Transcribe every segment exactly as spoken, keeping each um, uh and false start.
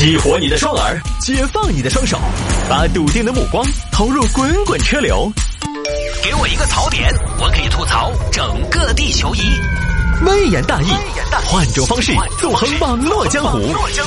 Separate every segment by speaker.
Speaker 1: 激活你的双耳，解放你的双手，把笃定的目光投入滚滚车流。
Speaker 2: 给我一个槽点，我可以吐槽整个地球仪。
Speaker 1: 微言大义，换种方式纵横网络江湖。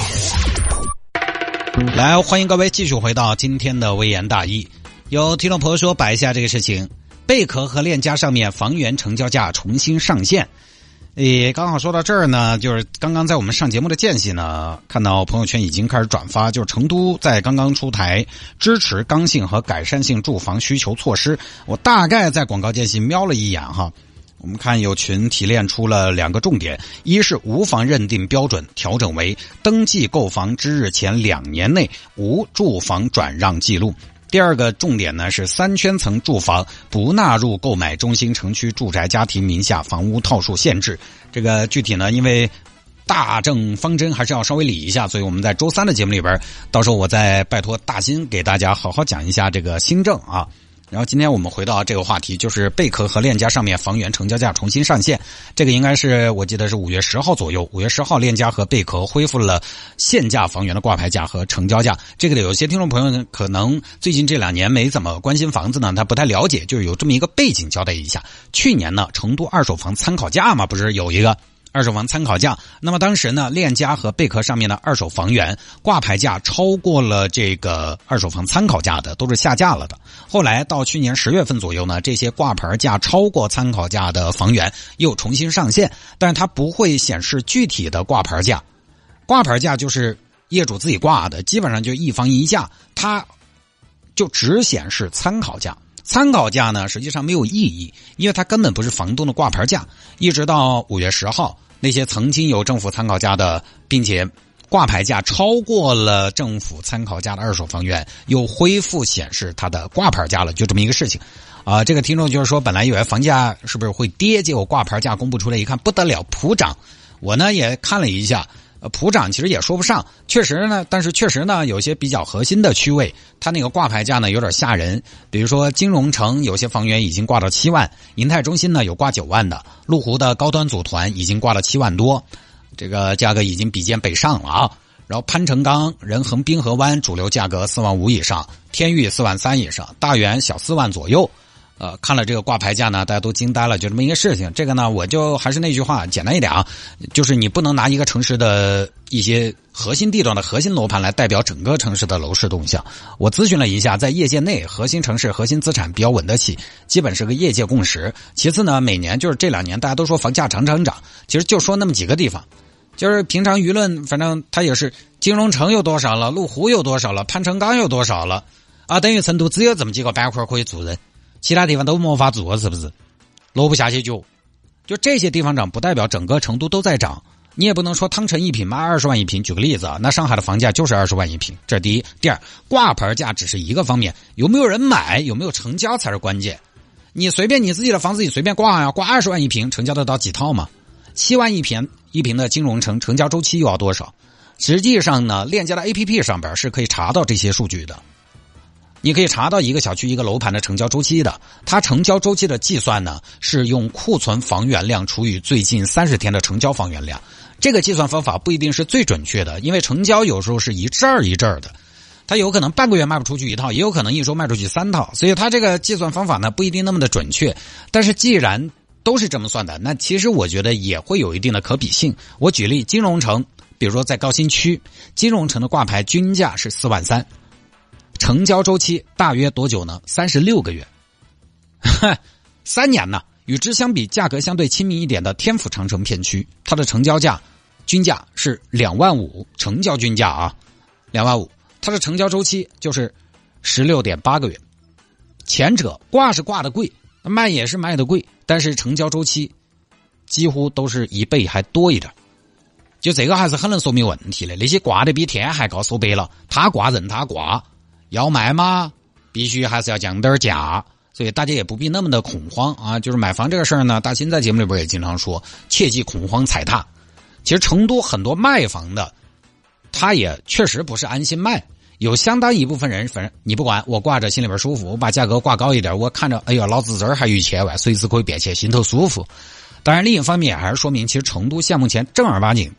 Speaker 3: 来，欢迎各位继续回到今天的微言大义。有听众朋友说摆一下这个事情，贝壳和链家上面房源成交价重新上线。也刚好说到这儿呢，就是刚刚在我们上节目的间隙呢，看到朋友圈已经开始转发，就是成都在刚刚出台支持刚性和改善性住房需求措施。我大概在广告间隙瞄了一眼哈，我们看有群提炼出了两个重点，一是无房认定标准调整为登记购房之日前两年内无住房转让记录。第二个重点呢是三圈层住房不纳入购买中心城区住宅家庭名下房屋套数限制。这个具体呢，因为大政方针还是要稍微理一下，所以我们在周三的节目里边，到时候我再拜托大新给大家好好讲一下这个新政啊。然后今天我们回到这个话题，就是贝壳和链家上面房源成交价重新上线。这个应该是我记得是五月十号左右，五月十号链家和贝壳恢复了限价房源的挂牌价和成交价。这个有些听众朋友可能最近这两年没怎么关心房子呢，他不太了解，就是有这么一个背景交代一下。去年呢，成都二手房参考价嘛，不是有一个二手房参考价，那么当时呢，链家和贝壳上面的二手房源挂牌价超过了这个二手房参考价的，都是下架了的。后来到去年十月份左右呢，这些挂牌价超过参考价的房源又重新上线，但是它不会显示具体的挂牌价，挂牌价就是业主自己挂的，基本上就一房一价，它就只显示参考价。参考价呢，实际上没有意义，因为它根本不是房东的挂牌价。一直到五月十号，那些曾经有政府参考价的，并且挂牌价超过了政府参考价的二手房源，又恢复显示它的挂牌价了，就这么一个事情。啊、呃，这个听众就是说，本来以为房价是不是会跌，结果挂牌价公布出来一看，不得了，普涨。我呢也看了一下。呃，普涨其实也说不上，确实呢，但是确实呢，有些比较核心的区位，它那个挂牌价呢有点吓人。比如说金融城有些房源已经挂到七万，银泰中心呢有挂九万的，麓湖的高端组团已经挂了七万多，这个价格已经比肩北上了啊。然后潘城钢、仁恒滨河湾主流价格四万五以上，天域四万三以上，大元小四万左右。呃，看了这个挂牌价呢，大家都惊呆了，就这么一个事情。这个呢，我就还是那句话，简单一点啊，就是你不能拿一个城市的一些核心地段的核心楼盘来代表整个城市的楼市动向。我咨询了一下，在业界内，核心城市核心资产比较稳得起，基本是个业界共识。其次呢，每年就是这两年大家都说房价涨涨涨，其实就说那么几个地方，就是平常舆论，反正它也是金融城有多少了，麓湖有多少了，潘城钢有多少了啊，等于成都只有这么几个板块可以做人。其他地方都没法做，是不是？落不下去就，就这些地方涨，不代表整个成都都在涨。你也不能说汤臣一品卖二十万一平，举个例子啊，那上海的房价就是二十万一平，这是第一。第二，挂牌价只是一个方面，有没有人买，有没有成交才是关键。你随便你自己的房子，你随便挂呀，挂二十万一平，成交得到几套吗？七万一平一平的金融城，成交周期又要多少？实际上呢，链家的 A P P 上边是可以查到这些数据的。你可以查到一个小区一个楼盘的成交周期的，它成交周期的计算呢是用库存房源量除以最近三十天的成交房源量。这个计算方法不一定是最准确的，因为成交有时候是一阵儿一阵儿的，它有可能半个月卖不出去一套，也有可能一周卖出去三套，所以它这个计算方法呢不一定那么的准确。但是既然都是这么算的，那其实我觉得也会有一定的可比性。我举例，金融城，比如说在高新区，金融城的挂牌均价是四万三。成交周期大约多久呢？三十六个月，三年呢。与之相比，价格相对亲民一点的天府长城片区，它的成交价均价是两万五，成交均价啊，两万五，它的成交周期就是十六点八个月。前者挂是挂的贵，卖也是卖的贵，但是成交周期几乎都是一倍还多一点。就这个还是很能说明问题的。那些挂的比天还高，说白了，他挂任他挂。要卖吗？必须还是要降点价，所以大家也不必那么的恐慌啊。就是买房这个事儿呢，大新在节目里边也经常说，切忌恐慌踩踏。其实成都很多卖房的，他也确实不是安心卖，有相当一部分人，反正你不管，我挂着心里边舒服，我把价格挂高一点，我看着，哎呀，老子这儿还有一千万，随时可以变钱，心头舒服。当然，另一方面也还是说明，其实成都现目前正儿八经，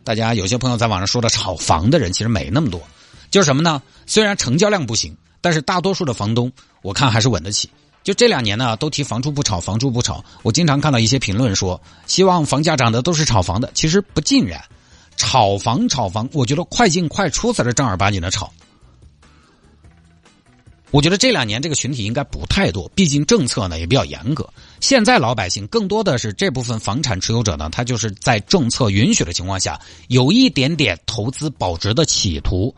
Speaker 3: 大家有些朋友在网上说的炒房的人其实没那么多，就是什么呢？虽然成交量不行，但是大多数的房东我看还是稳得起。就这两年呢，都提房住不炒，房住不炒。我经常看到一些评论说，希望房价涨的都是炒房的，其实不尽然。炒房炒房，我觉得快进快出才是正儿八经的炒。我觉得这两年这个群体应该不太多，毕竟政策呢也比较严格。现在老百姓更多的是这部分房产持有者呢，他就是在政策允许的情况下，有一点点投资保值的企图，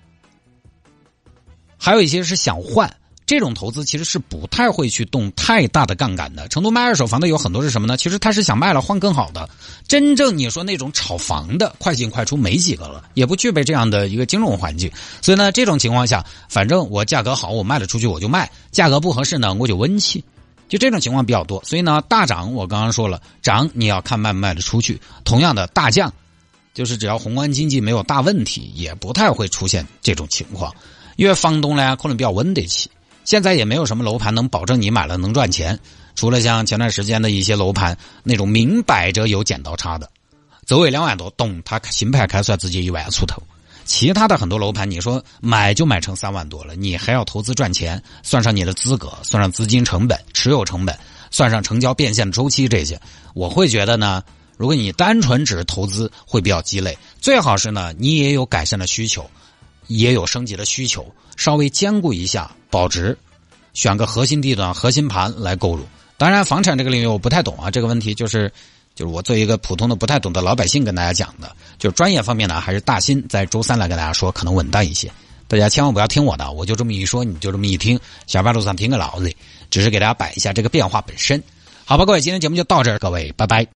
Speaker 3: 还有一些是想换。这种投资其实是不太会去动太大的杠杆的。成都卖二手房的有很多是什么呢？其实他是想卖了换更好的。真正你说那种炒房的快进快出没几个了，也不具备这样的一个金融环境。所以呢，这种情况下，反正我价格好，我卖了出去我就卖；价格不合适呢，我就温气。就这种情况比较多。所以呢，大涨我刚刚说了，涨你要看卖不卖得出去。同样的，大降就是只要宏观经济没有大问题，也不太会出现这种情况。因为房东呢可能比较稳得起。现在也没有什么楼盘能保证你买了能赚钱，除了像前段时间的一些楼盘那种明摆着有剪刀差的，走位两万多，懂他新盘开出来直接一万出头。其他的很多楼盘，你说买就买成三万多了，你还要投资赚钱，算上你的资格，算上资金成本、持有成本，算上成交变现周期这些，我会觉得呢，如果你单纯只是投资会比较鸡肋，最好是呢你也有改善的需求，也有升级的需求，稍微兼顾一下保值，选个核心地段、核心盘来购入。当然，房产这个领域我不太懂啊，这个问题就是就是我作为一个普通的不太懂的老百姓跟大家讲的。就是专业方面呢，还是大新在周三来跟大家说，可能稳当一些。大家千万不要听我的，我就这么一说，你就这么一听，下班路上听个老子，只是给大家摆一下这个变化本身。好吧，各位，今天节目就到这儿，各位，拜拜。